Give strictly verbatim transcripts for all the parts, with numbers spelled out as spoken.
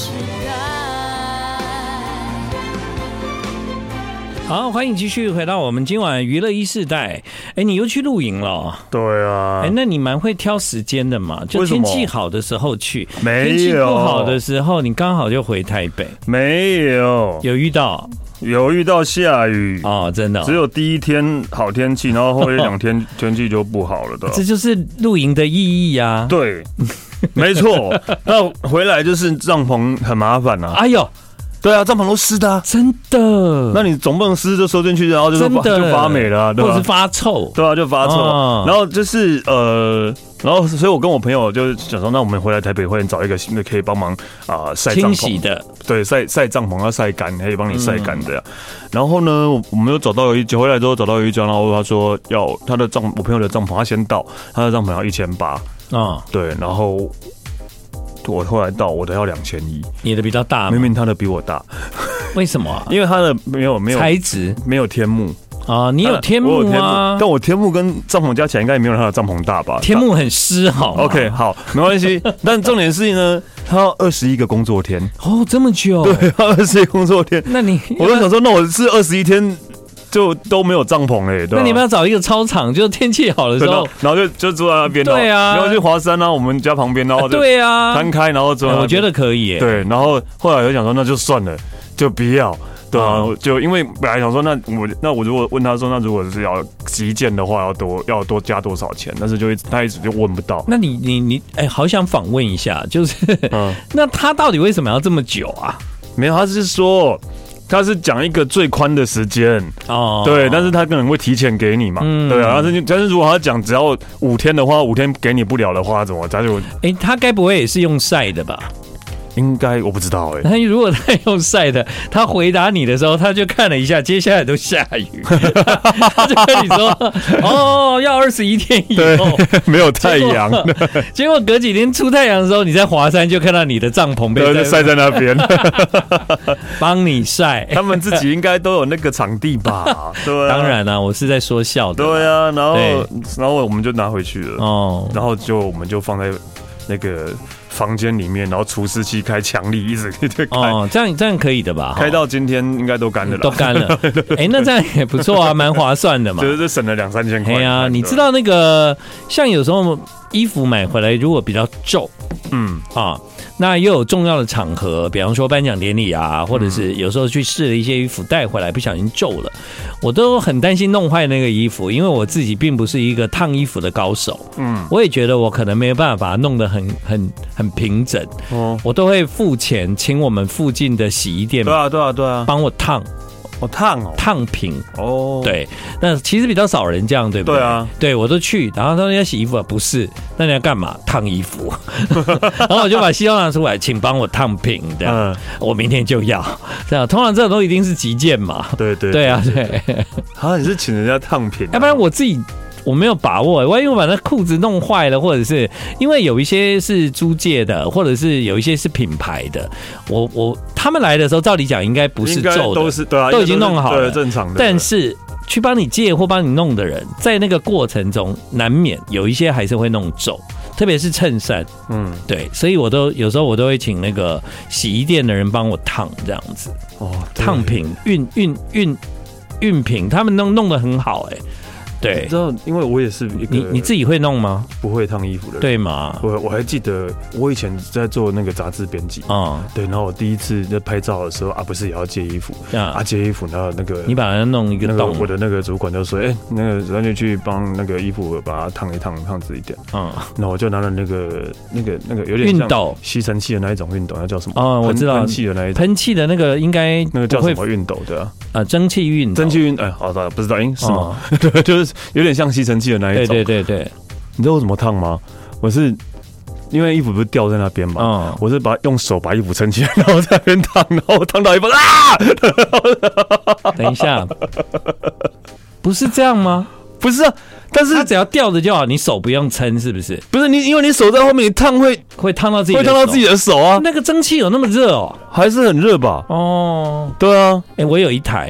好，欢迎继续回到我们今晚娱乐一世代。哎，你又去露营了？ 对啊。 哎，那你蛮会挑时间的嘛？就天气好的时候去， 没有天气不好的时候，你刚好就回台北。 没有， 有遇到？ 有遇到下雨哦，真的、哦。 只有第一天好天气，然后后一两天天气就不好了的。 这就是露营的意义啊。 对，没错。那回来就是帐篷很麻烦啊。 哎呦。 对啊，帐篷都湿的、啊， 真的。 那你总不能湿就收进去，然后就发就发霉了、啊，对吧？ 或者是发臭， 对啊，就发臭。哦、然后就是呃，然后所以我跟我朋友就想说，那我们回来台北会找一个新的可以帮忙啊晒、呃、帐篷清洗的， 对，晒晒帐篷要晒干，可以帮你晒干的、嗯。然后呢，我们又找到有一回来之后找到有一家，然后他说要他的帐，我朋友的帐篷他先到，他的帐篷要一千八啊，对，然后。我后来到我的要两千一， 你的比较大， 明明他的比我大， 为什么、啊？ 因为他的没有没有材质， 没有天幕啊，你有天幕啊？ 但我天幕跟帐篷加起来应该也没有他的帐篷大吧？ 天幕很湿，好 ，OK， 好，没关系。但重点是呢，他要二十一个工作天哦，这么久？ 对，二十一个工作天。 那你我就想说，那我是二十一天。就都没有帐篷嘞、欸，对、啊。 那你们要找一个操场，就天气好的时候， 然后就就坐在那边， 对啊， 然后去华山啊，我们家旁边，然后就对啊， 摊开，然后坐、欸。 我觉得可以、欸， 对。然后后来我就想说，那就算了，就不要，对啊，嗯、就因为本来想说，那我那我如果问他说，那如果是要急件的话，要多要多加多少钱？但是就一他一直就问不到。 那你你你，哎、欸，好想访问一下，就是，嗯、那他到底为什么要这么久啊？ 没有，他是说。他是讲一个最宽的时间哦，对，但是他可能会提前给你嘛，嗯、对啊，但是但是如果他讲只要五天的话，五天给你不了的话，怎么他就？哎、 欸，他该不会也是用晒的吧？ 应该我不知道哎、欸。 他如果他用晒的，他回答你的时候，他就看了一下，接下来都下雨，他就跟你说：“哦，要二十一天以后没有太阳。” 结果隔几天出太阳的时候，你在华山就看到你的帐篷被就晒在那边， 帮你晒。 他们自己应该都有那个场地吧？对、啊， 当然啦、啊，我是在说笑的。 对啊，然后然后我们就拿回去了哦，然后就我们就放在那个。房间里面，然后除湿器开强力，一直一直开。 哦，这样这样可以的吧？ 开到今天应该都干了啦， 都干了。哎、欸，那这样也不错啊，蛮划算的嘛。 就是省了两三千块。 哎呀，你知道那个，像有时候衣服买回来如果比较皱，嗯啊。那又有重要的场合，比方说颁奖典礼啊，或者是有时候去试了一些衣服带回来不小心皱了，我都很担心弄坏那个衣服，因为我自己并不是一个烫衣服的高手，嗯，我也觉得我可能没有办法把它弄得很很很平整，哦，我都会付钱请我们附近的洗衣店， 对啊对啊对啊， 帮我烫。 哦，烫哦， 烫平哦， 对，那其实比较少人这样，对不对？ 对啊， 对我都去，然后他说要洗衣服啊，不是，那你要干嘛？烫衣服，然后我就把西装拿出来，请帮我烫平，这样，嗯、我明天就要，这样，通常这种都一定是急件嘛， 对对对啊，对， 啊，你是请人家烫平、啊， 要不然我自己。我没有把握，万一我把那裤子弄坏了，或者是因为有一些是租借的，或者是有一些是品牌的，我我他们来的时候，照理讲应该不是皱的， 都是对啊， 都已经弄好了， 对，正常的。 但是去帮你借或帮你弄的人，在那个过程中，难免有一些还是会弄皱，特别是衬衫，嗯，对，所以我都有时候我都会请那个洗衣店的人帮我烫这样子，哦，烫平、熨熨熨熨平，他们弄弄得很好、欸，哎。对， 你知道，因为我也是一个你你自己会弄吗？ 不会烫衣服的人， 对吗？ 我我还记得我以前在做那个杂志编辑啊，对，然后我第一次在拍照的时候啊，不是也要借衣服啊，借衣服，然后那个你把它弄一个洞， 我的那个主管就说，哎，那个那就去帮那个衣服把它烫一烫，烫直一点，嗯，然后我就拿了那个那个那个有点熨斗吸尘器的那一种熨斗，那叫什么？ 哦，我知道， 喷气的那一种， 喷气的那个应该那个叫什么熨斗的啊？ 啊，蒸汽熨， 蒸汽熨，哎，好的，不知道，哎，是吗？对，就是有点像吸尘器的那一种。 对对对对， 你知道我怎么烫吗？我是因为衣服不是吊在那边嘛，嗯，我是把用手把衣服撑起来，然后在那边烫，然后烫到一半啊！ 等一下，不是这样吗？ 不是啊，但是它只要吊着就好，你手不用撑，是不是？ 不是你，因为你手在后面，你烫会会烫到自己的手，会烫到自己的手啊。 那个蒸汽有那么热哦？ 还是很热吧？ 哦， 对啊， 哎、欸，我有一台，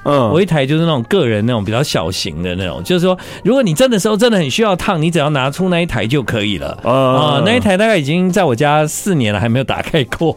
嗯，我一台就是那种个人那种比较小型的那种，就是说，如果你真的时候真的很需要烫，你只要拿出那一台就可以了。啊、呃，那一台大概已经在我家四年了，还没有打开过。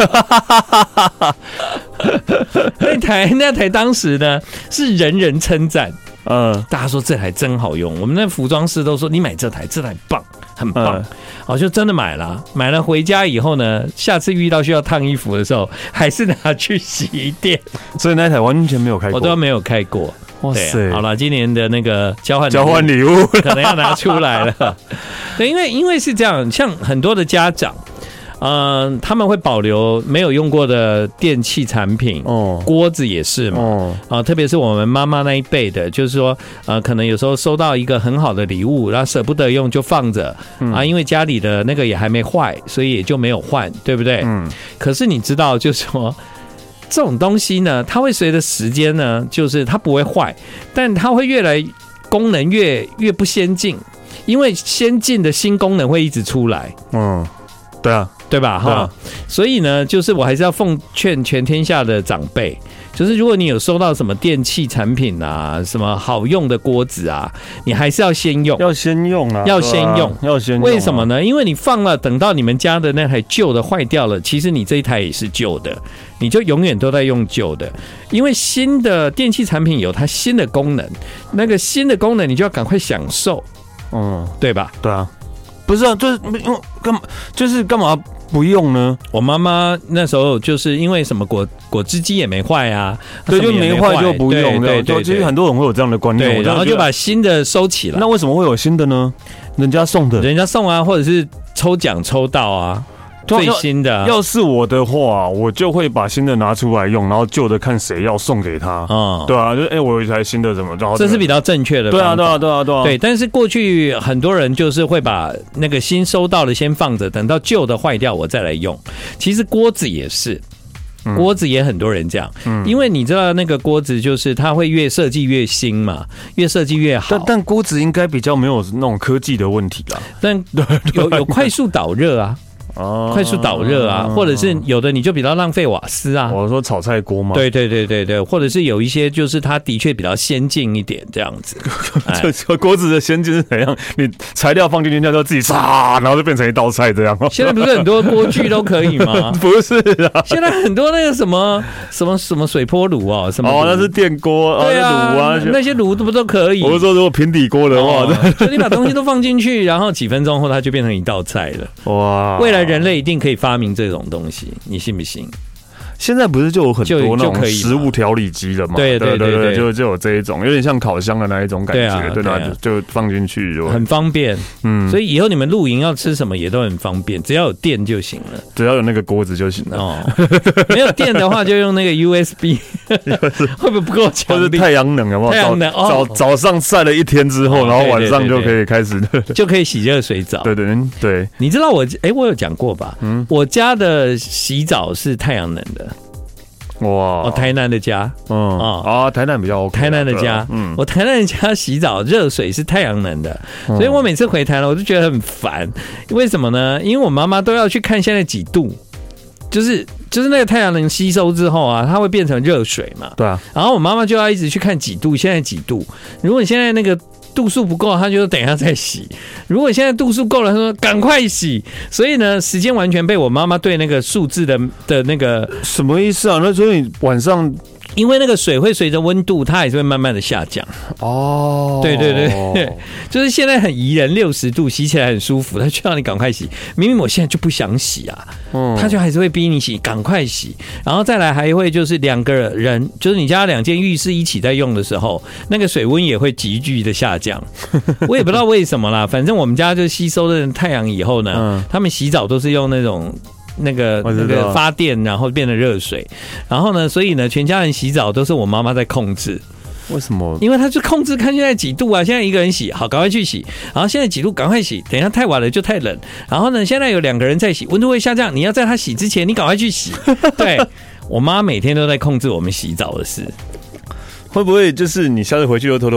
那台那台当时呢是人人称赞。嗯，大家说这台真好用，我们那服装师都说你买这台，这台棒，很棒，好、嗯，就真的买了。买了回家以后呢，下次遇到需要烫衣服的时候，还是拿去洗衣店。 所以那台完全没有开过， 我都没有开过。 哇塞， 好了，今年的那个交换交换礼物可能要拿出来了。对，因为因为是这样，像很多的家长。嗯、呃，他们会保留没有用过的电器产品，哦，锅子也是嘛，哦，啊，特别是我们妈妈那一辈的，就是说，呃，可能有时候收到一个很好的礼物，然后舍不得用就放着，嗯、啊，因为家里的那个也还没坏，所以也就没有换，对不对？嗯。可是你知道，就是说这种东西呢，它会随着时间呢，就是它不会坏，但它会越来功能越越不先进，因为先进的新功能会一直出来，嗯。 对啊， 对吧？哈、啊，所以呢，就是我还是要奉劝全天下的长辈，就是如果你有收到什么电器产品啊，什么好用的锅子啊，你还是要先用， 要先用啊， 要先用， 啊、要先用、啊。 为什么呢？因为你放了，等到你们家的那台旧的坏掉了，其实你这一台也是旧的，你就永远都在用旧的。因为新的电器产品有它新的功能，那个新的功能你就要赶快享受，嗯，对吧？ 对啊。不是啊，就是因为干嘛，就是干嘛不用呢？ 我妈妈那时候就是因为什么果果汁机也没坏啊， 对，就没坏就不用，对对，其实很多人会有这样的观念， 然后就把新的收起来。 那为什么会有新的呢？人家送的， 人家送啊，或者是抽奖抽到啊。最新的、啊， 要是我的话，我就会把新的拿出来用，然后旧的看谁要送给他。嗯，对啊，就是哎、欸，我有一台新的怎么着？ 这是比较正确的。 对啊，对啊，对啊，对啊。 对，但是过去很多人就是会把那个新收到的先放着，等到旧的坏掉我再来用。其实锅子也是。锅子也很多人这样，嗯、因为你知道那个锅子就是它会越设计越新嘛，越设计越好。 但但锅子应该比较没有那种科技的问题啦。 但有有快速导热啊。哦，快速导热啊，或者是有的你就比较浪费瓦斯啊。 我说炒菜锅嘛， 对对对对对，或者是有一些就是它的确比较先进一点这样子。 这锅子的先进是怎样？你材料放进去，它就自己唰，然后就变成一道菜这样。 现在不是很多锅具都可以吗？ 不是啊， 现在很多那个什么什么什么水波炉哦，什么哦，那是电锅，对啊，炉啊， 那些炉不都可以？ 我是说，如果平底锅的话， 哦、就你把东西都放进去，然后几分钟后它就变成一道菜了。哇，未来人类一定可以发明这种东西，你信不信？ 现在不是就有很多那种食物调理机了吗？ 对对对 对, 對， 就就有这一种，有点像烤箱的那一种感觉，对啊，對啊就就放进去就很方便。嗯，所以以后你们露营要吃什么也都很方便，只要有电就行了， 只要有那个锅子就行了。哦， 没有电的话就用那个 U S B， 会不会不够强力？ 或是太阳能，有没有？太阳能哦，早早上晒了一天之后，然后晚上就可以开始， 就可以洗热水澡。 对对对， 你知道我哎、欸，我有讲过吧？嗯，我家的洗澡是太阳能的。哇！哦，台南的家，嗯啊啊，台南比较 OK， 台南的家，嗯，我台南的家洗澡热水是太阳能的，所以我每次回台南我就觉得很烦。为什么呢？因为我妈妈都要去看现在几度，就是就是那个太阳能吸收之后啊，它会变成热水嘛， 对啊， 然后我妈妈就要一直去看几度，现在几度。如果你现在那个度数不够，他就等一下再洗。如果现在度数够了，他说赶快洗。所以呢，时间完全被我妈妈对那个数字的的那个什么意思啊？那所以晚上。 因为那个水会随着温度，它也是会慢慢的下降。哦，对对对，就是现在很宜人，六十度洗起来很舒服，它就让你赶快洗。明明我现在就不想洗啊，嗯，它就还是会逼你洗，赶快洗。然后再来还会就是两个人，就是你家两间浴室一起在用的时候，那个水温也会急剧的下降。我也不知道为什么啦，反正我们家就吸收了太阳以后呢，嗯、他们洗澡都是用那种。那个那个发电，然后变成热水，然后呢，所以呢，全家人洗澡都是我妈妈在控制。 为什么？ 因为他就控制看现在几度啊，现在一个人洗，好，赶快去洗。然后现在几度，赶快洗，等一下太晚了就太冷。然后呢，现在有两个人在洗，温度会下降，你要在他洗之前，你赶快去洗。对，我妈每天都在控制我们洗澡的事。 会不会就是你下次回去又偷偷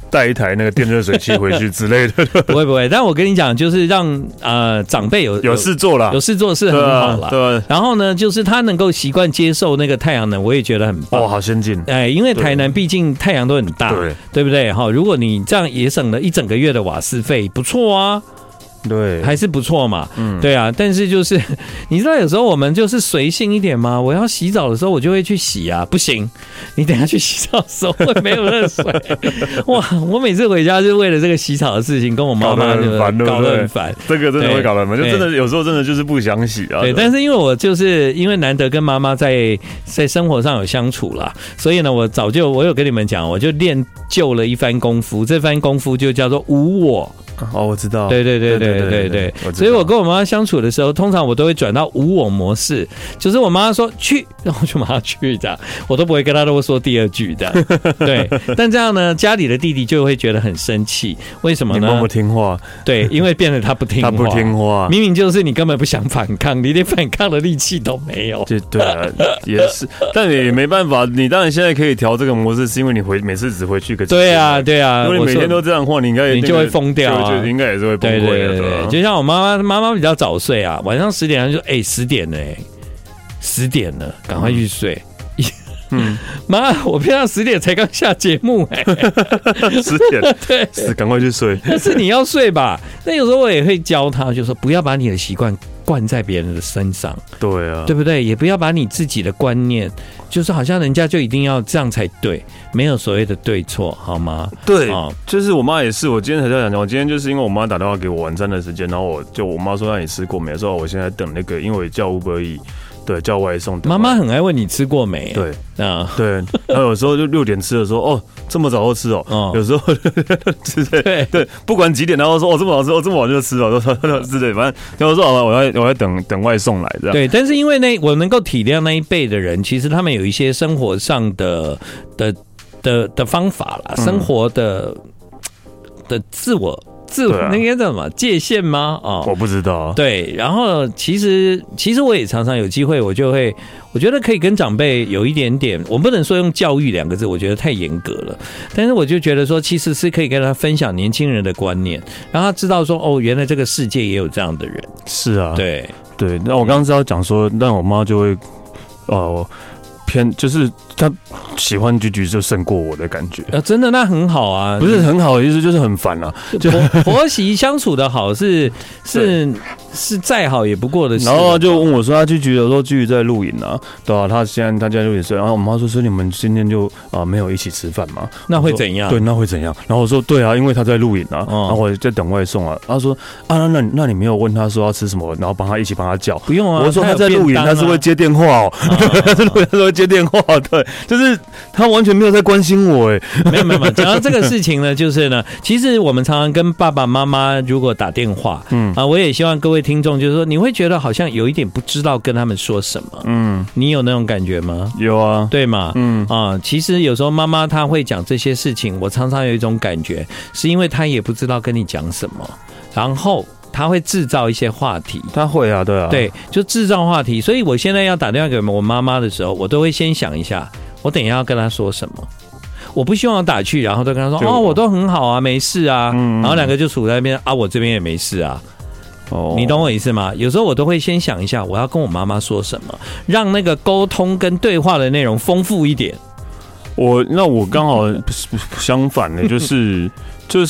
带一台那个电热水器回去之类的。 不会不会，但我跟你讲，就是让呃长辈有有事做啦， 有事做是很好啦。 对、啊。 然后呢，就是他能够习惯接受那个太阳能，我也觉得很棒。 哦，好先进。 哎，因为台南毕竟太阳都很大，对对不对？哈，如果你这样也省了一整个月的瓦斯费，不错啊。 对， 还是不错嘛，嗯，对啊，但是就是你知道有时候我们就是随性一点嘛，我要洗澡的时候我就会去洗啊，不行，你等一下去洗澡的时候会没有热水，哇，我每次回家就为了这个洗澡的事情跟我妈妈就搞得很烦， 这个真的会搞得很烦，就真的有时候真的就是不想洗啊。 对，但是因为我就是因为难得跟妈妈在在生活上有相处啦，所以呢，我早就我有跟你们讲，我就练就了一番功夫，这番功夫就叫做无我。 哦，我知道。 对对对对对对，所以我跟我妈相处的时候，通常我都会转到无我模式，就是我妈说去，然后就马上去这样，我都不会跟她多说第二句的。对，但这样呢，家里的弟弟就会觉得很生气，为什么呢？ 你妈不听话。 对，因为变得他不听话， 他不听话， 明明就是你根本不想反抗，你连反抗的力气都没有。 对对啊，也是，但也没办法，你当然现在可以调这个模式，是因为你回每次只回去个几天。 对啊对啊， 如果你每天都这样的话，你应该你就会疯掉啊。 就应该也是会崩溃的。对对对对， 就像我妈妈，妈妈比较早睡啊，晚上十点她就哎十点了哎，十点了，赶快去睡。嗯，妈，我平常十点才刚下节目哎、 欸，十点对，是赶快去睡。 但是你要睡吧？那有时候我也会教她，就说不要把你的习惯灌在别人的身上， 对啊， 对不对？也不要把你自己的观念，就是好像人家就一定要这样才对，没有所谓的对错，好吗？ 对，哦、就是我妈也是，我今天才在讲，我今天就是因为我妈打电话给我晚餐的时间，然后我就我妈说让你吃过没，说我现在等那个，因为我叫 Uber Eats。对，叫外送。 妈妈很爱问你吃过没？ 对啊，对。然后有时候就六点吃的时候，哦，这么早就吃哦。哦有时候之类，对对，不管几点，然后说哦这么早吃，哦这么晚就吃哦，之类，反正然后说好了，我要我要等等外送来这样。 对，但是因为那我能够体谅那一辈的人，其实他们有一些生活上的的的的方法啦，生活的的自我。自我那个叫什么界限吗？ 哦，我不知道。 对，然后其实其实我也常常有机会，我就会我觉得可以跟长辈有一点点，我不能说用教育两个字，我觉得太严格了。但是我就觉得说，其实是可以跟他分享年轻人的观念，让他知道说，哦，原来这个世界也有这样的人。 是啊， 对对。那我刚刚是要讲说，但我妈就会哦。偏就是他喜欢居居就胜过我的感觉啊，真的那很好啊， 不是很好的意思，就是很烦啊。 就婆婆媳相处的好是是是再好也不过的事。 然后就问我说，他居居有时候居居在录影啊，对啊，他现在他家六点睡，然后我妈说说你们今天就啊、呃、没有一起吃饭吗？ 那会怎样？ 对，那会怎样？然后我说对啊，因为他在录影啊，嗯、然后我在等外送啊。他说啊，那那那你没有问他说要吃什么，然后帮他一起帮他叫？ 不用啊， 我说他在录影，他是会接电话哦，他是录影，他是会接电话，对。就是他完全没有在关心我哎， 没有没有没有。讲到这个事情呢，就是呢，其实我们常常跟爸爸妈妈如果打电话，嗯啊，我也希望各位听众就是说，你会觉得好像有一点不知道跟他们说什么，嗯，你有那种感觉吗？ 有啊， 对嘛，嗯啊，其实有时候妈妈她会讲这些事情，我常常有一种感觉，是因为她也不知道跟你讲什么，然后。他会制造一些话题， 他会啊，对啊， 对，就制造话题。所以我现在要打电话给我妈妈的时候，我都会先想一下，我等一下要跟她说什么。我不希望我打去，然后都跟她说哦，我都很好啊，没事啊，嗯、然后两个就处在那边啊，我这边也没事啊。哦，你懂我意思吗？有时候我都会先想一下，我要跟我妈妈说什么，让那个沟通跟对话的内容丰富一点。 我那我刚好相反的，就是就是。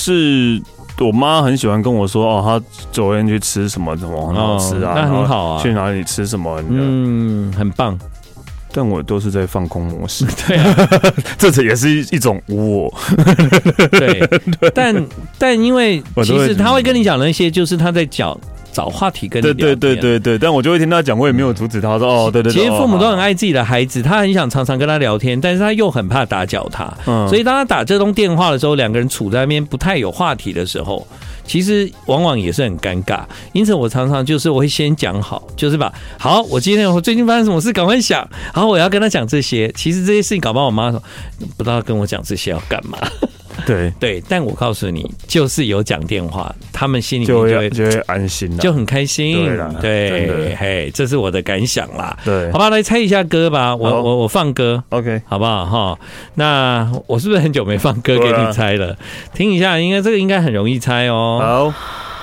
我妈很喜欢跟我说哦，她昨天去吃什么什么很好吃啊， 哦、那很好啊。 去哪里吃什么？ 嗯，很棒。 但我都是在放空模式， 对啊， 这也是一种无我。 对，但但因为其实他会跟你讲那些，就是他在讲。找话题跟你聊天， 对对对对对，但我就会听他讲，我也没有阻止他说哦，对对对。 其实父母都很爱自己的孩子，他很想常常跟他聊天，但是他又很怕打搅他，嗯，所以当他打这通电话的时候，两个人处在那边不太有话题的时候，其实往往也是很尴尬。因此，我常常就是我会先讲好，就是把好，我今天我最近发生什么事，赶快想，然后我要跟他讲这些。其实这些事情搞不好我妈说不知道跟我讲这些要干嘛。 对对，但我告诉你，就是有讲电话，他们心里面就会就会安心， 就很开心。 对啦， 对，嘿，这是我的感想啦。 对， 好吧，来猜一下歌吧，我我我放歌 ，OK， 好不好哈？那我是不是很久没放歌给你猜了？听一下，应该这个应该很容易猜哦。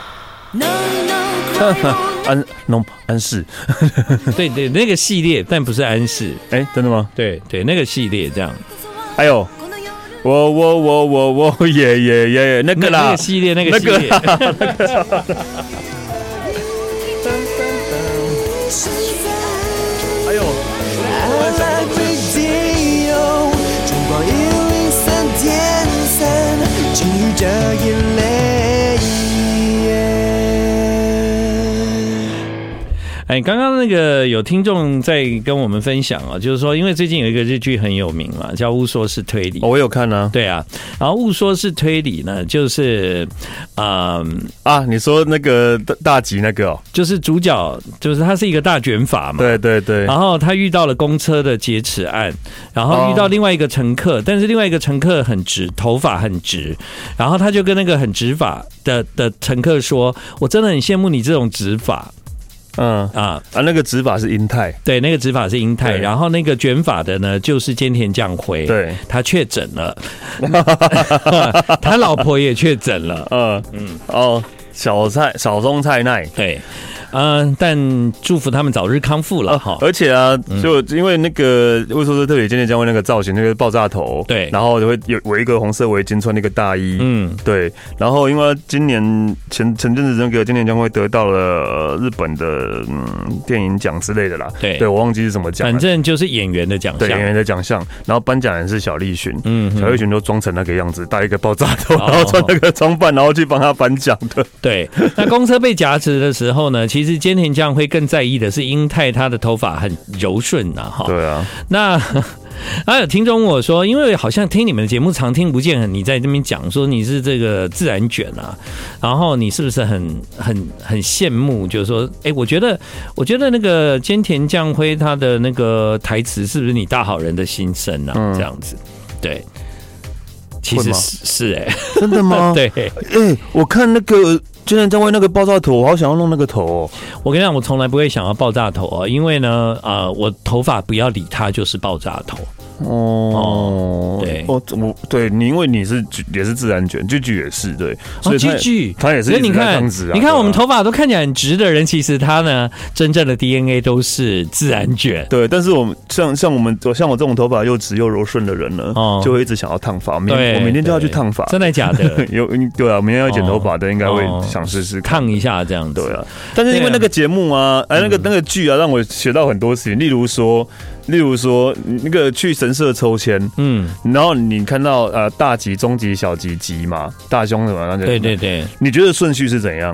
好。安农安室， 对对，那个系列，但不是安室。 哎、欸，真的吗？ 对对，那个系列这样。 还有，我我我我我耶耶耶，那个啦， 那个系列，那个系列。 还有， 中广一零三点三，请与着眼泪。 哎，刚刚那个有听众在跟我们分享啊，就是说，因为最近有一个日剧很有名嘛，叫《误说是推理》。 哦，我有看啊。 对啊，然后《误说是推理》呢，就是啊、嗯、 啊，你说那个大吉那个哦， 就是主角，就是他是一个大卷发嘛。 对对对。 然后他遇到了公车的劫持案，然后遇到另外一个乘客，哦、但是另外一个乘客很直，头发很直，然后他就跟那个很直发的的乘客说：“我真的很羡慕你这种直发。” 嗯啊啊，那个直发是英泰， 对，那个直发是英泰，然后那个卷发的呢，就是菅田将晖， 对， 他确诊了，他老婆也确诊了， 嗯嗯，哦，小菜小松菜奈， 对。嗯、呃，但祝福他们早日康复了哈、啊。 而且啊，就因为那个为什么说特别今天将会那个造型，那个爆炸头， 对， 然后就会有围一个红色围巾，穿那个大衣，嗯，对。然后因为今年前前阵子那个今年将会得到了日本的嗯电影奖之类的啦， 对， 对我忘记是什么奖， 反正就是演员的奖项， 对，演员的奖项。然后颁奖人是小栗旬，嗯，小栗旬就装成那个样子，戴一个爆炸头，然后穿那个装扮，然后去帮他颁奖的。 对，那公车被夹持的时候呢，其实菅田将晖更在意的是英泰他的头发很柔顺呐，哈。 对啊。 那还有听众问我说，因为好像听你们的节目常听不见你在这边讲说你是这个自然卷啊，然后你是不是很很很羡慕？就是说，哎、欸，我觉得我觉得那个菅田将晖他的那个台词是不是你大好人的心声啊？嗯、这样子，对。其实是是哎、 欸，真的吗？ 对， 哎、欸，我看那个菅田将晖那个爆炸头，我好想要弄那个头哦。 我跟你讲，我从来不会想要爆炸头啊，因为呢，呃，我头发不要理它，就是爆炸头。 哦，对，哦，我对你，因为你是也是自然卷，句句也是对，所以句句他也是一直在这样子啊。 你看我们头发都看起来很直的人，其实他呢，真正的 D N A 都是自然卷。 对，但是我们像像我们像我这种头发又直又柔顺的人呢，哦、就会一直想要烫发。对，我明天就要去烫发。 真的假的？ 有对啊，明天要剪头发的应该会想试试烫一下这样子。 对啊，但是因为那个节目啊，哎、啊，那个那个剧啊，让我学到很多事情，例如说。例如说，那个去神社抽签，嗯，然后你看到呃大吉、中吉、小吉、吉嘛，大凶什么？ 对对对， 你觉得顺序是怎样？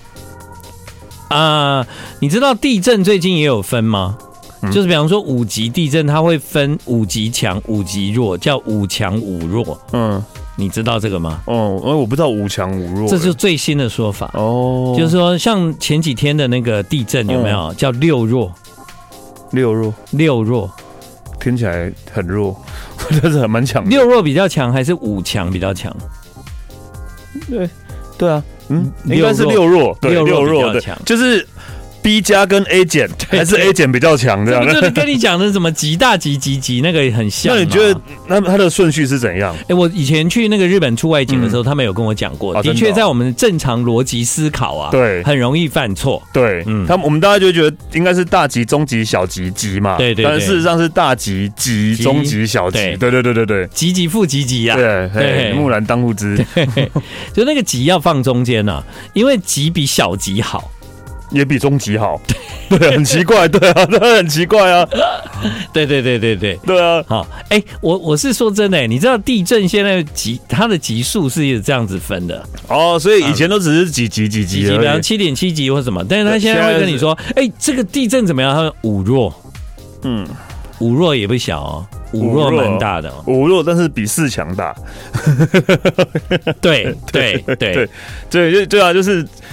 啊、呃，你知道地震最近也有分吗？嗯、就是比方说五级地震，它会分五级强、五级弱，叫五强五弱。嗯，你知道这个吗？ 哦，我不知道五强五弱， 这就是最新的说法。哦，就是说像前几天的那个地震有没有、嗯、叫六弱？ 六弱， 六弱， 听起来很弱，但是很蛮强。 六弱比较强还是五强比较强？ 对，对啊，嗯，应该是六弱，对，六弱的强，就是。B 加跟 A 减还是 A 减比较强的， 就是跟你讲的什么极大极极极那个很像。 那你觉得那它的顺序是怎样？ 哎、欸，我以前去那个日本出外景的时候，嗯、他们有跟我讲过，的确在我们正常逻辑思考啊，对，很容易犯错。 对，嗯，他们我们大家就会觉得应该是大吉、中吉、小吉、吉嘛，对 对, 對，但事实上是大吉、吉、中吉、小吉，对对对对对， 吉吉复吉吉啊， 对对，木兰当户织， 就那个吉要放中间啊，因为吉比小吉好。 也比中级好，对，很奇怪，对啊，对，很奇怪啊， 对对对对对， 对啊， 好，哎、欸，我我是说真的、欸，你知道地震现在级它的级数是这样子分的哦，所以以前都只是几级几级， 比方七点七级或什么，但是他现在会跟你说，哎、欸，这个地震怎么样？他说五弱，嗯，五弱也不小哦。五弱蛮大的、哦， 五弱但是比四强大， 对对对对对对对啊，就是。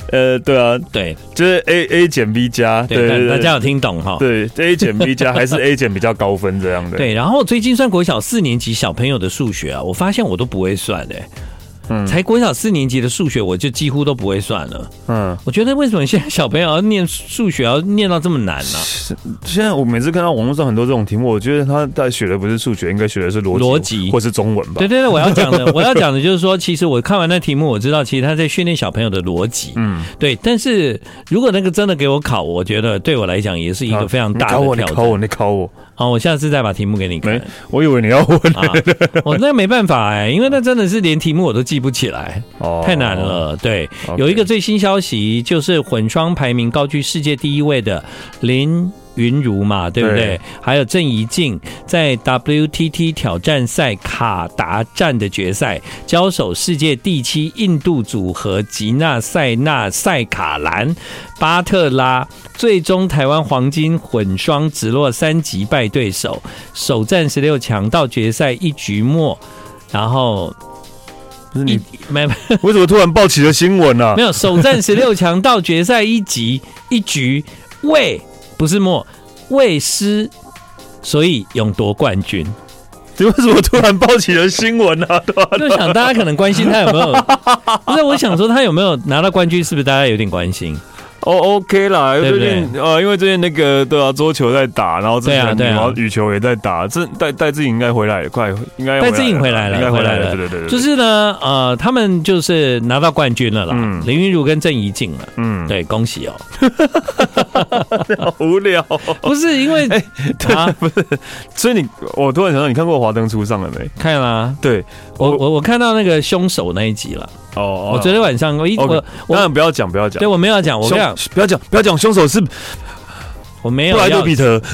呃，对啊， 对， 就是 A A 减 B 加， 对对，大家有听懂哈？ 对 ，A 减 B 加还是 A 减比较高分这样的。 对，然后最近算国小四年级小朋友的数学啊，我发现我都不会算的、欸。嗯，才国小四年级的数学，我就几乎都不会算了。嗯，我觉得为什么现在小朋友要念数学要念到这么难呢、啊？ 现在我每次看到网络上很多这种题目，我觉得他在学的不是数学，应该学的是逻辑，逻辑或是中文吧？ 对对对，我要讲的，我要讲的就是说，其实我看完那题目，我知道其实他在训练小朋友的逻辑。嗯，对。但是如果那个真的给我考，我觉得对我来讲也是一个非常大的挑战。 你考我，你考我。 好，我下次再把题目给你看。 我以为你要问、啊， 我那没办法哎、欸，因为那真的是连题目我都记不起来，哦、太难了。对， okay. 有一个最新消息，就是混双排名高居世界第一位的林云如嘛，对不对？对，还有郑怡静在 W T T 挑战赛卡达站的决赛交手世界第七印度组合吉纳塞纳塞卡兰巴特拉，最终台湾黄金混双直落三击败对手，首战十六强到决赛一局末，然后。 不是你没为什么突然爆起了新闻啊？ 没有，首战十六强到决赛一局一局未不是末未失，所以勇夺冠军。 你为什么突然爆起了新闻啊？ 就想大家可能关心他有没有，不是我想说他有没有拿到冠军，是不是大家有点关心？ 哦、oh, ，OK 啦，最近呃，因为最近那个对啊，桌球在打，然后之前羽毛羽球也在打，这戴戴资颖应该回来了，快应该戴资颖回来了， 应该回来了， 对对 对, 对，就是呢，呃，他们就是拿到冠军了啦，嗯、林云如跟郑怡静了，嗯，对，恭喜哦。 好无聊， 不是因为哎、欸，啊，不是，所以你我突然想到，你看过《华灯初上》了没？ 看了、啊， 对我我我看到那个凶手那一集了。哦，我昨天晚上我一 okay, 我当然不要讲，不要讲， 对我没有要讲，我跟你讲， 不要讲，不要讲，凶手是我没有布莱德彼特，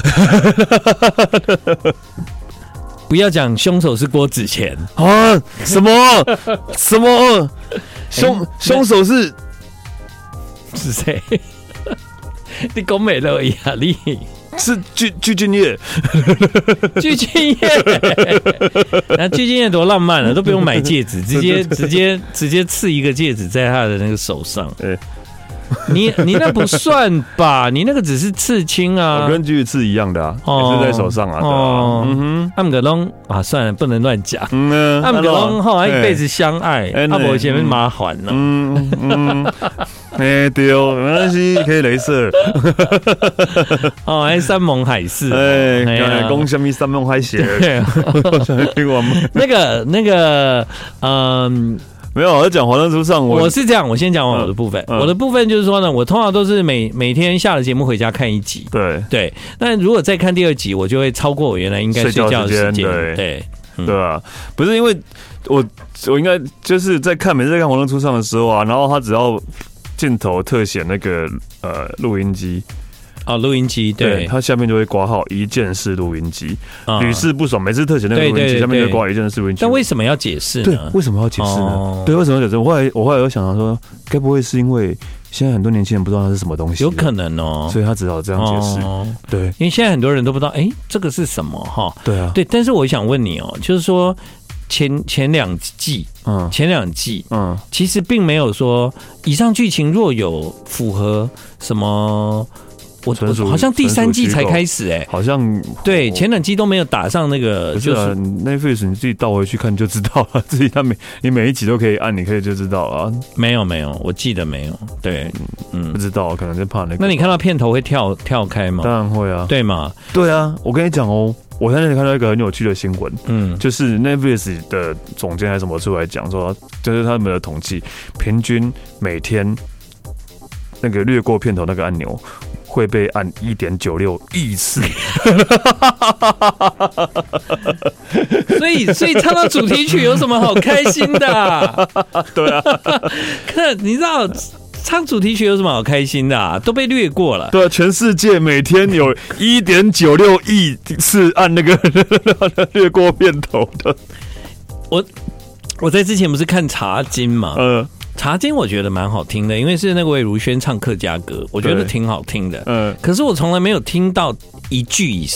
不要讲凶手是郭子乾啊？什么什么凶凶手是是谁？你讲美乐呀，你。 是具具俊晔， 具俊晔，那具俊晔多浪漫了，都不用买戒指，直接直接直接刺一个戒指在他的那个手上。欸、你你那不算吧？你那个只是刺青啊， 我跟具刺一样的啊，哦、也是在手上啊。哦， 嗯哼，他们个拢啊，算了，不能乱讲。嗯，他们个拢后来一辈子相爱，阿伯前面麻烦了。嗯嗯。 哎、欸，对哦，没关系，可以雷射。 哦，还山盟海誓。 哎，刚才讲什么山盟海誓？ 那个那个，嗯， 没有，我在讲《华灯初上》。 我是这样，我先讲完我的部分。嗯嗯、我的部分就是说呢，我通常都是每每天下了节目回家看一集。 对对，那如果再看第二集，我就会超过我原来应该睡觉的时间。对对、 嗯、对啊，不是因为我我应该就是在看每次在看《华灯初上》的时候啊，然后他只要。镜头特写那个呃录音机哦，录音机 对, 对，它下面就会挂号一键式录音机，屡试不爽。每次特写那个录音机下面就会挂一键式录音机。 但为什么要解释呢？ 对，为什么要解释呢？哦、对，为什么要解释？我后来我后来又想到说，该不会是因为现在很多年轻人不知道它是什么东西？ 有可能哦， 所以他只好这样解释。哦、对， 因为现在很多人都不知道，哎、欸，这个是什么哈？ 对啊， 对。但是我想问你哦，就是说。前前两季，嗯，前两季，嗯，其实并没有说以上剧情若有符合什么，我我好像第三季才开始、欸，哎， 好像对，前两季都没有打上那个，就是 Netflix 你自己倒回去看就知道了，自己他每你每一集都可以按，你可以就知道了。 没有没有，我记得没有，对， 嗯，不知道，可能就怕那个。 那你看到片头会跳跳开吗？ 当然会啊， 对嘛？ 对啊，我跟你讲哦。我现在看到一个很有趣的新闻，嗯，就是 Netflix 的总监还是什么出来讲说，就是他们的统计，平均每天那个略过片头那个按钮会被按 一点九六亿次， 所以所以唱到主题曲有什么好开心的、啊？ 对啊， 可你知道。唱主题曲有什么好开心的啊？都被略过了。 对啊，全世界每天有 一点九六亿次按那个略过片头的。 我我在之前不是看茶经嘛？嗯，茶经我觉得蛮好听的，因为是那个魏如萱唱客家歌，我觉得挺好听的。嗯，可是我从来没有听到一句以上。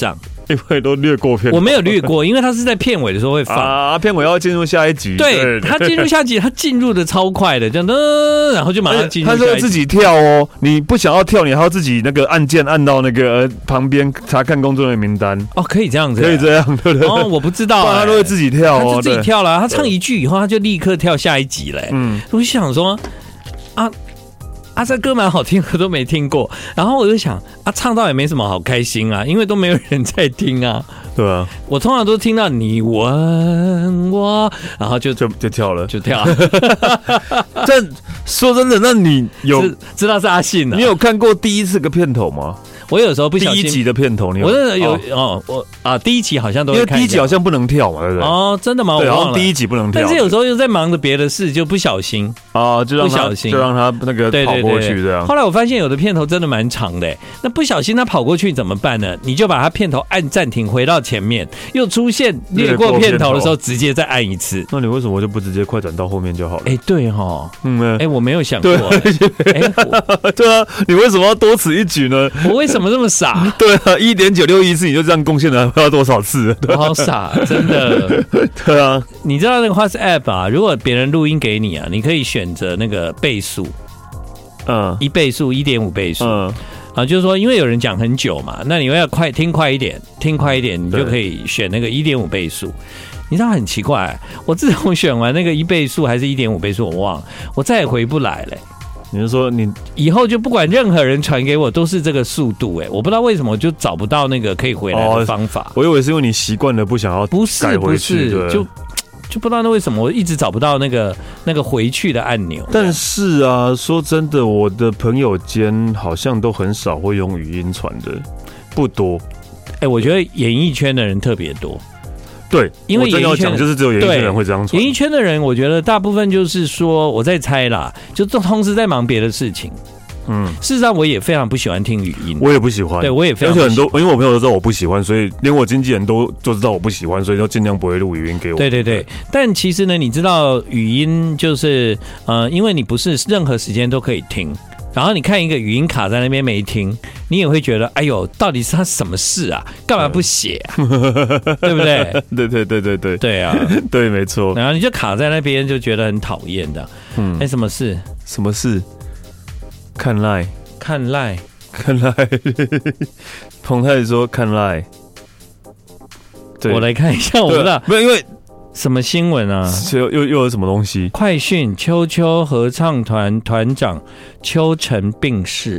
因为都略过片头， 我没有略过，因为他是在片尾的时候会放啊，片尾要进入下一集， 对，他进入下一集，他进入的超快的，这样的，然后就马上进入下一集。 他是自己跳哦，你不想要跳，你还要自己那个按键按到那个旁边查看工作人员名单哦，可以这样子， 可以这样，对不对？ 哦，我不知道、欸， 他都会自己跳哦， 他就自己跳了，他唱一句以后，他就立刻跳下一集嘞、欸。嗯，我就想说啊。啊，这歌蛮好听的，都没听过。然后我就想，啊，唱到也没什么好开心啊，因为都没有人在听啊。 对啊， 我通常都听到你问我，然后就就就跳了， 就跳了。 这说真的，那你有知道是阿信的？ 你有看过第一次个片头吗？ 我有时候不小心第一集的片头，你有我真的有哦，我啊第一集好像都会看， 因为第一集好像不能跳嘛，对不对？ 哦，真的吗？ 对， 我忘了第一集不能跳， 但是有时候又在忙着别的事，就不小心啊，就让他不小心就让他那个跑过去这样。 后来我发现有的片头真的蛮长的，那不小心他跑过去怎么办呢？你就把他片头按暂停，回到前面，又出现略过片头的时候，直接再按一次。 那你为什么就不直接快转到后面就好了？ 哎，对哈， 嗯， 哎，我没有想过， 哎，对啊，你为什么要多此一举呢？ 我为什么这么傻？ 对啊，一点九六亿次你就这样贡献了，不知道多少次？ 我好傻，真的。 对啊， 你知道那个 WhatsApp 啊？如果别人录音给你啊，你可以选择那个倍速，嗯，一倍速、一点五倍速，嗯，啊，就是说，因为有人讲很久嘛，那你要快听快一点，听快一点，你就可以选那个一点五倍速。你知道很奇怪，我自从选完那个一倍速还是一点五倍速，我忘了，我再也回不来了。 你是说你以后就不管任何人传给我都是这个速度哎、欸，我不知道为什么我就找不到那个可以回来的方法。哦、 我以为是因为你习惯了不想要不是不是就就不知道那为什么我一直找不到那个那个回去的按钮。 但是啊，说真的，我的朋友间好像都很少会用语音传的，不多。 哎、欸，我觉得演艺圈的人特别多。 对， 因为演艺圈就是只有演艺圈人会这样传。 演艺圈的人，我觉得大部分就是说，我在猜啦，就同时在忙别的事情。嗯，事实上我也非常不喜欢听语音， 我也不喜欢。 对，我也非常不喜欢， 而且很多，因为我朋友都知道我不喜欢，所以连我经纪人都都知道我不喜欢，所以就尽量不会录语音给我。 对对对，但其实呢，你知道语音就是呃，因为你不是任何时间都可以听。然后你看一个语音卡在那边没听，你也会觉得，哎呦，到底是他什么事啊？干嘛不写啊？对不对？ 对对对对对， 对啊， 对，没错。 然后你就卡在那边，就觉得很讨厌的。嗯，哎，什么事？ 什么事？看赖， 看赖， 看赖。彭太说看赖。 我来看一下，我不知道， 没有，因为。 什么新闻啊？ 又又又有什么东西？ 快讯：秋秋合唱团团长秋成病逝。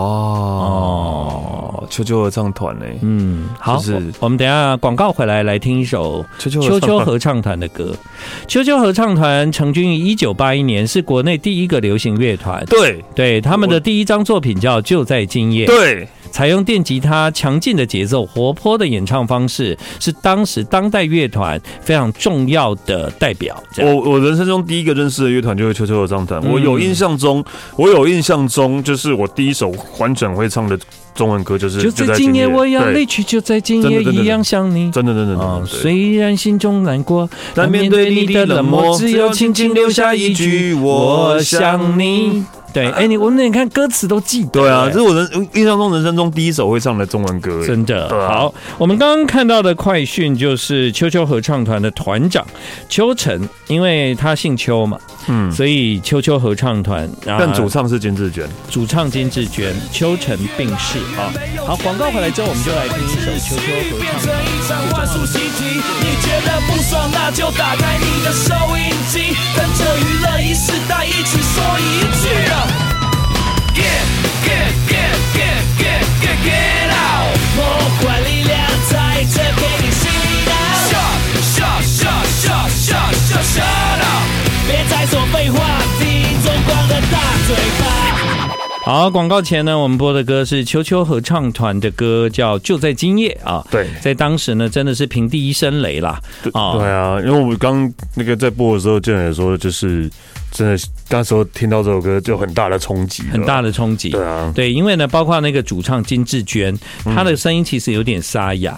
哦哦，秋秋合唱团呢？ 嗯，好， 就是我们等一下广告回来来听一首秋秋秋秋合唱团的歌。秋秋合唱团成军于一九八一年，是国内第一个流行乐团。 对对，他们的第一张作品叫《就在今夜》。 对。 采用电吉他强劲的节奏、活泼的演唱方式，是当时当代乐团非常重要的代表。 我我人生中第一个认识的乐团就是秋秋合唱团。嗯、我有印象中，我有印象中，就是我第一首完整会唱的中文歌就是《 就在今夜》，我要离去，就在今夜，一样想你。 真的真的真的。 哦、虽然心中难过，但面对你的冷漠，只有轻轻留下一句“我想你”。对，哎、欸，你我你看歌词都记得。 对啊，这是我人印象中人生中第一首会唱的中文歌。 真的。啊、好，我们刚刚看到的快讯就是秋秋合唱团的团长秋成，因为他姓秋嘛，嗯，所以秋秋合唱团。 但主唱是金志娟， 主唱金志娟，秋成病逝啊。好，广告回来之后，我们就来听一首秋秋合唱团。 你觉得不爽，那就打开你的收音机，跟着娱乐一时代一起说一句啊 Get, get, get, get, get, get, get out 魔幻力量在这给你洗脑 Shut, shut, shut, shut, shut, shut, shut up 别再说废话，听中光的大嘴巴。 好，广告前呢，我们播的歌是秋秋合唱团的歌，叫《就在今夜》啊。 对， 在当时呢，真的是平地一声雷啦。 对啊，对啊，因为我刚那个在播的时候，建仁说就是真的，那时候听到这首歌就很大的冲击， 很大的冲击。 对啊， 对，因为呢，包括那个主唱金志娟，她的声音其实有点沙哑。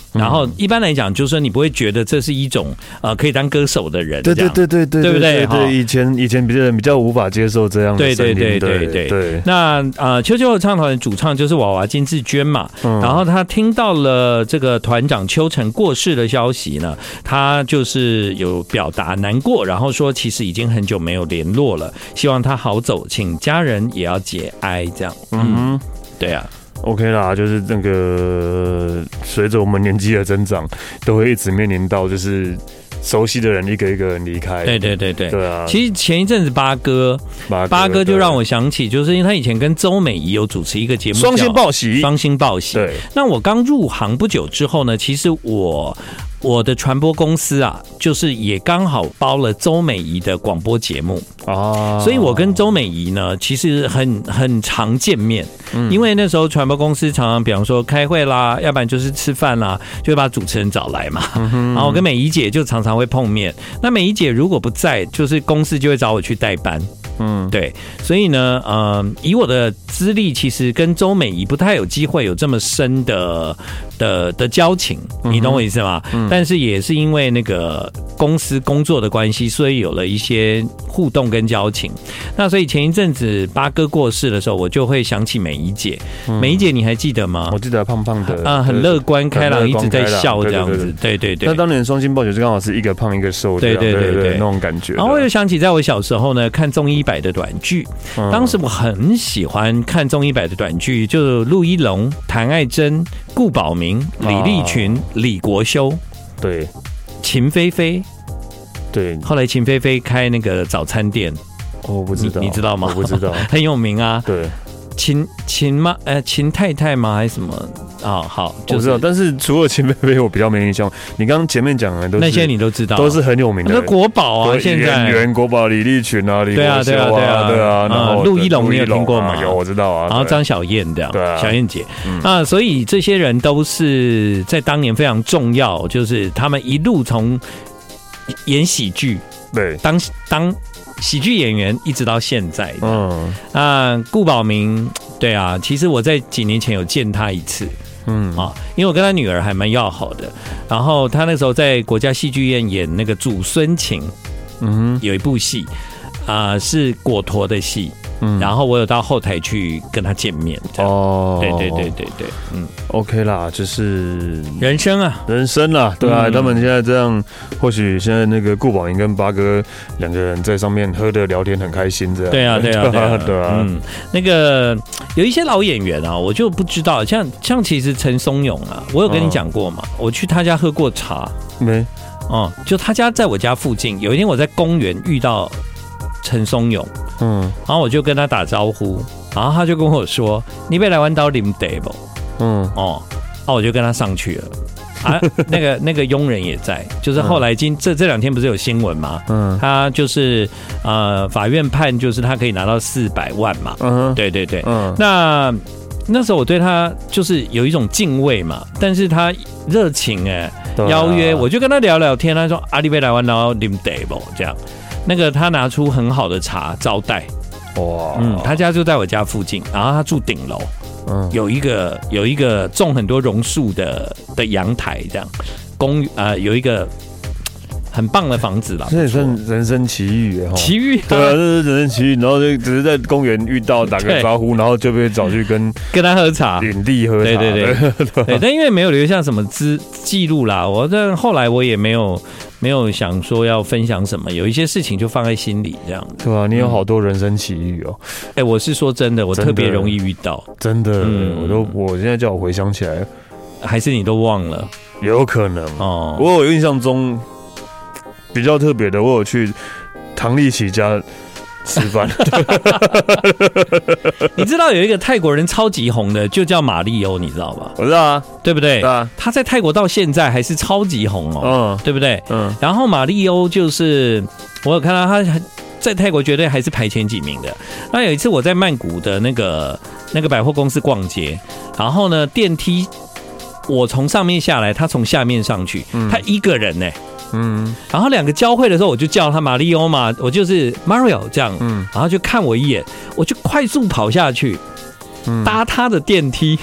然后一般来讲，就是说你不会觉得这是一种呃可以当歌手的人， 对对对对对， 对不对？ 对，以前以前别人比较无法接受这样的声音， 对对对对对对。那呃，秋秋合唱团的主唱就是娃娃金志娟嘛，然后他听到了这个团长邱晨过世的消息呢，他就是有表达难过，然后说其实已经很久没有联络了，希望他好走，请家人也要节哀，这样。嗯，对啊。 OK 啦，就是那个随着我们年纪的增长，都会一直面临到就是熟悉的人一个一个人离开。 对对对对， 对啊。 其实前一阵子八哥，八哥, 八哥就让我想起，就是因为他以前跟周美仪有主持一个节目， 双星报喜， 双星报喜。 对。 那我刚入行不久之后呢，其实我。我的传播公司啊，就是也刚好包了周美仪的广播节目啊，所以我跟周美仪呢，其实很很常见面，嗯，因为那时候传播公司常常，比方说开会啦，要不然就是吃饭啦，就会把主持人找来嘛，嗯，然后我跟美仪姐就常常会碰面。那美仪姐如果不在，就是公司就会找我去代班。嗯，对，所以呢，呃，以我的资历，其实跟周美仪不太有机会有这么深的的的交情，你懂我意思吗？嗯，但是也是因为那个公司工作的关系，所以有了一些互动跟交情。那所以前一阵子八哥过世的时候，我就会想起美仪姐。嗯，美仪姐你还记得吗？ 我记得胖胖的啊，很乐观开朗，一直在笑这样子。对对对。 那当年双星报喜就刚好是一个胖一个瘦，对对对对，那种感觉。 然后我又想起，在我小时候呢，看综艺百的短剧，当时我很喜欢看综艺百的短剧，就陆一龙、谭爱珍、顾宝明、李立群、李国修， 对， 秦菲菲， 对， 后来秦菲菲开那个早餐店， 我不知道， 你, 你知道吗？ 我不知道， 很有名啊。 对， 秦秦妈，呃，秦太太吗？还是什么？啊、哦，好，就是、 我知道。但是除了秦菲菲，我比较没印象。你刚刚前面讲的都是那些你都知道， 都是很有名的。 那国宝啊，现在演员国宝李立群啊，李国修啊， 对啊，对啊， 对啊。然后陆一龙你有听过吗？ 有，我知道啊。 然后张小燕这样， 对啊， 小燕姐。 嗯、 那所以这些人都是在当年非常重要，就是他们一路从演喜剧， 对， 当当。喜剧演员一直到现在，嗯，那顾宝明，对啊，其实我在几年前有见他一次，嗯啊，因为我跟他女儿还蛮要好的，然后他那时候在国家戏剧院演那个祖孙情，嗯，有一部戏啊、呃、是果陀的戏。嗯，然后我有到后台去跟他见面。哦，对对对对对，嗯 ，OK 啦，就是人生啊， 人生啊，对啊，嗯、他们现在这样，或许现在那个顾宝明跟八哥两个人在上面喝的聊天很开心，这样。 对啊，对啊，对啊， 对啊。 嗯，那个有一些老演员啊，我就不知道，像像其实陈松勇啊，我有跟你讲过嘛，嗯、我去他家喝过茶， 没？ 哦、嗯，就他家在我家附近，有一天我在公园遇到陈松勇。嗯，然后我就跟他打招呼，然后他就跟我说：“你别来玩到林德不？”嗯，哦，然后我就跟他上去了。啊，那个那个佣人也在，就是后来今这这两天不是有新闻吗？嗯，他就是呃，法院判就是他可以拿到四百万嘛。嗯，对对对。嗯，那那时候我对他就是有一种敬畏嘛，但是他热情哎、欸，邀约我就跟他聊聊天，他说：“阿里贝来玩到林德不？”这样。那个他拿出很好的茶招待，哇，嗯，他家就在我家附近，然后他住顶楼，嗯，有一个有一个种很多榕树的的阳台，这样公呃有一个很棒的房子啦， 这也算人生奇遇哈， 奇遇， 对啊，这是人生奇遇，然后就只是在公园遇到打个招呼，然后就被找去跟跟他喝茶， 领地喝茶， 对对对对，对，但因为没有留下什么资记录啦，我但后来我也没有。没有想说要分享什么，有一些事情就放在心里这样子。 对啊，你有好多人生奇遇哦。 哎、欸，我是说真的，我特别容易遇到。 真的，嗯、我都我现在叫我回想起来， 还是你都忘了？ 有可能哦。我有印象中比较特别的，我有去唐立奇家吃饭。 你知道有一个泰国人超级红的，就叫马利欧，你知道吧？ 我知道啊， 对不对？ 对啊， 他在泰国到现在还是超级红哦，嗯，对不对？嗯。然后马利欧就是我有看到他在泰国绝对还是排前几名的。那有一次我在曼谷的那个那个百货公司逛街，然后呢电梯我从上面下来，他从下面上去，嗯、他一个人呢、欸。嗯，然后两个交汇的时候，我就叫他马里欧嘛，我就是 Mario 这样，嗯，然后就看我一眼，我就快速跑下去，嗯、搭他的电梯，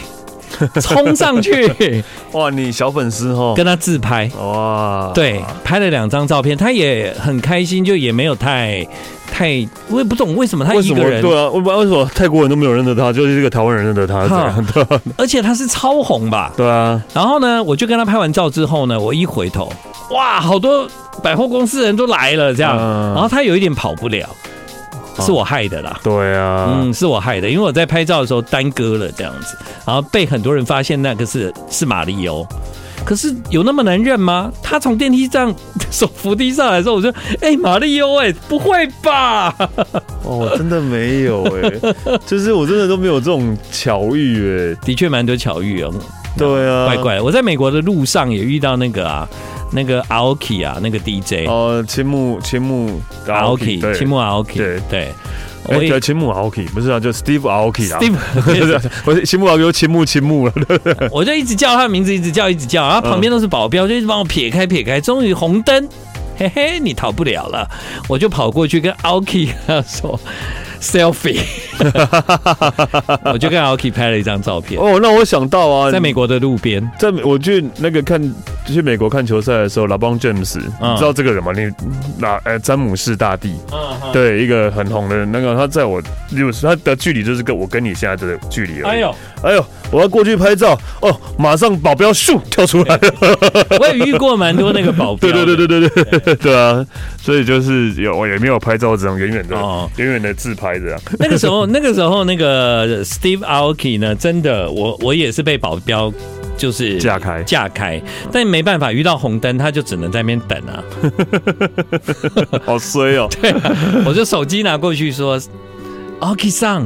冲上去， 哇，你小粉丝哦， 跟他自拍， 哇， 对，拍了两张照片，他也很开心，就也没有太太，我也不懂为什么他一个人， 对啊，为为什么泰国人都没有认得他，就是一个台湾人认得他，这样对、啊， 而且他是超红吧？ 对啊， 然后呢，我就跟他拍完照之后呢，我一回头，哇，好多百货公司人都来了，这样，嗯、然后他有一点跑不了。是我害的啦， 对啊， 嗯，是我害的，因为我在拍照的时候耽搁了这样子，然后被很多人发现那个是是马里欧，可是有那么难认吗？他从电梯上手扶梯上来的时候，我说：“哎、欸，马里欧，哎，不会吧？” 哦，真的没有哎、欸，就是我真的都没有这种巧遇哎、欸， 的确蛮多巧遇哦。 对啊， 怪怪的。我在美国的路上也遇到那个啊。那个 Aoki 啊，那个 D J 哦，青木青木 Aoki， 青木 Aoki， 对对， 哎对，青木 Aoki 不是啊，就 Steve Aoki 啊 ，Steve， 我青木 Aoki 青木青木了， 我就一直叫他的名字，一直叫一直叫，然后旁边都是保镖，就一直帮我撇开撇开，终于红灯，嘿嘿，你逃不了了，我就跑过去跟 Aoki 他说。selfie， 我就跟 Aoki 拍了一张照片。 哦，那我想到啊， 在美国的路边， 在我去那个看去美国看球赛的时候 ，LeBron James，、嗯、你知道这个人吗？你那呃詹姆士大帝，嗯、对，一个很红的那个，他在我，他的距离就是跟我跟你现在的距离而已。哎呦，哎呦，我要过去拍照，哦，马上保镖咻跳出来了。 我也遇过蛮多那个保镖。 对对对对对对对啊，所以就是有我也没有拍照，只能远远的远远的自拍。 那个时候，那个时候，那个 Steve Aoki 呢，真的，我我也是被保镖就是架开架开，但没办法，遇到红灯，他就只能在那边等啊。 好衰哦！ 对、啊，我就手机拿过去说 ，Aoki 上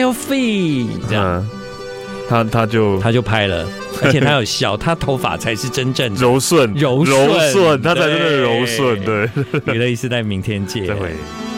selfie 这样，嗯、 他他就他就拍了，而且他有笑，他头发才是真正柔顺柔柔顺，他才真的柔顺。对， 娱乐一时代，明天见。 再会。